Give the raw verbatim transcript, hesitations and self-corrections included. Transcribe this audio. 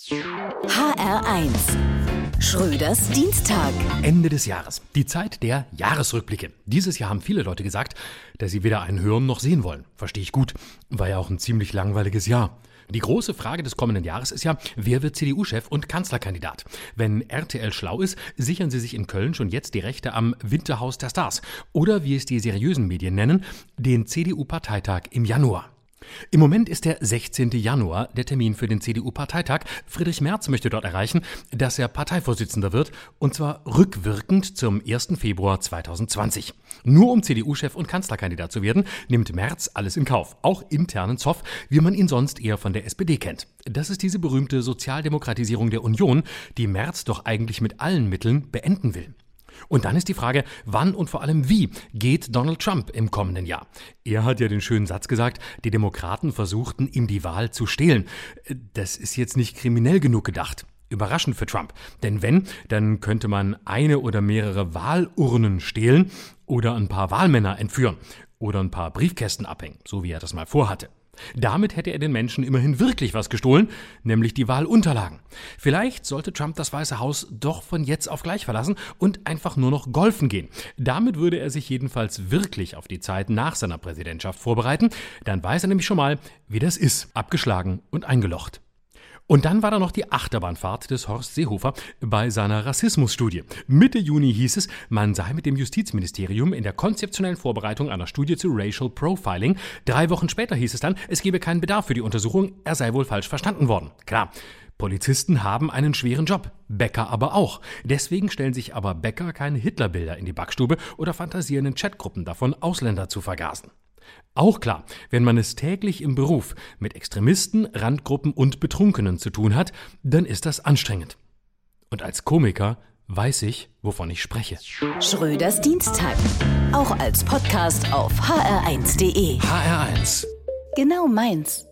H R eins. Schröders Dienstag. Ende des Jahres. Die Zeit der Jahresrückblicke. Dieses Jahr haben viele Leute gesagt, dass sie weder einen hören noch sehen wollen. Verstehe ich gut. War ja auch ein ziemlich langweiliges Jahr. Die große Frage des kommenden Jahres ist ja, wer wird C D U-Chef und Kanzlerkandidat? Wenn R T L schlau ist, sichern sie sich in Köln schon jetzt die Rechte am Winterhaus der Stars. Oder wie es die seriösen Medien nennen, den C D U-Parteitag im Januar. Im Moment ist der sechzehnten Januar der Termin für den C D U-Parteitag. Friedrich Merz möchte dort erreichen, dass er Parteivorsitzender wird, und zwar rückwirkend zum ersten Februar zweitausendzwanzig. Nur um C D U-Chef und Kanzlerkandidat zu werden, nimmt Merz alles in Kauf, auch internen Zoff, wie man ihn sonst eher von der S P D kennt. Das ist diese berühmte Sozialdemokratisierung der Union, die Merz doch eigentlich mit allen Mitteln beenden will. Und dann ist die Frage, wann und vor allem wie geht Donald Trump im kommenden Jahr? Er hat ja den schönen Satz gesagt, die Demokraten versuchten, ihm die Wahl zu stehlen. Das ist jetzt nicht kriminell genug gedacht. Überraschend für Trump. Denn wenn, dann könnte man eine oder mehrere Wahlurnen stehlen oder ein paar Wahlmänner entführen oder ein paar Briefkästen abhängen, so wie er das mal vorhatte. Damit hätte er den Menschen immerhin wirklich was gestohlen, nämlich die Wahlunterlagen. Vielleicht sollte Trump das Weiße Haus doch von jetzt auf gleich verlassen und einfach nur noch golfen gehen. Damit würde er sich jedenfalls wirklich auf die Zeit nach seiner Präsidentschaft vorbereiten. Dann weiß er nämlich schon mal, wie das ist, abgeschlagen und eingelocht. Und dann war da noch die Achterbahnfahrt des Horst Seehofer bei seiner Rassismusstudie. Mitte Juni hieß es, man sei mit dem Justizministerium in der konzeptionellen Vorbereitung einer Studie zu Racial Profiling. Drei Wochen später hieß es dann, es gebe keinen Bedarf für die Untersuchung, er sei wohl falsch verstanden worden. Klar, Polizisten haben einen schweren Job, Bäcker aber auch. Deswegen stellen sich aber Bäcker keine Hitlerbilder in die Backstube oder fantasieren in Chatgruppen davon, Ausländer zu vergasen. Auch klar, wenn man es täglich im Beruf mit Extremisten, Randgruppen und Betrunkenen zu tun hat, dann ist das anstrengend. Und als Komiker weiß ich, wovon ich spreche. Schröders Dienstag. Auch als Podcast auf h r eins punkt d e. H R eins. Genau meins.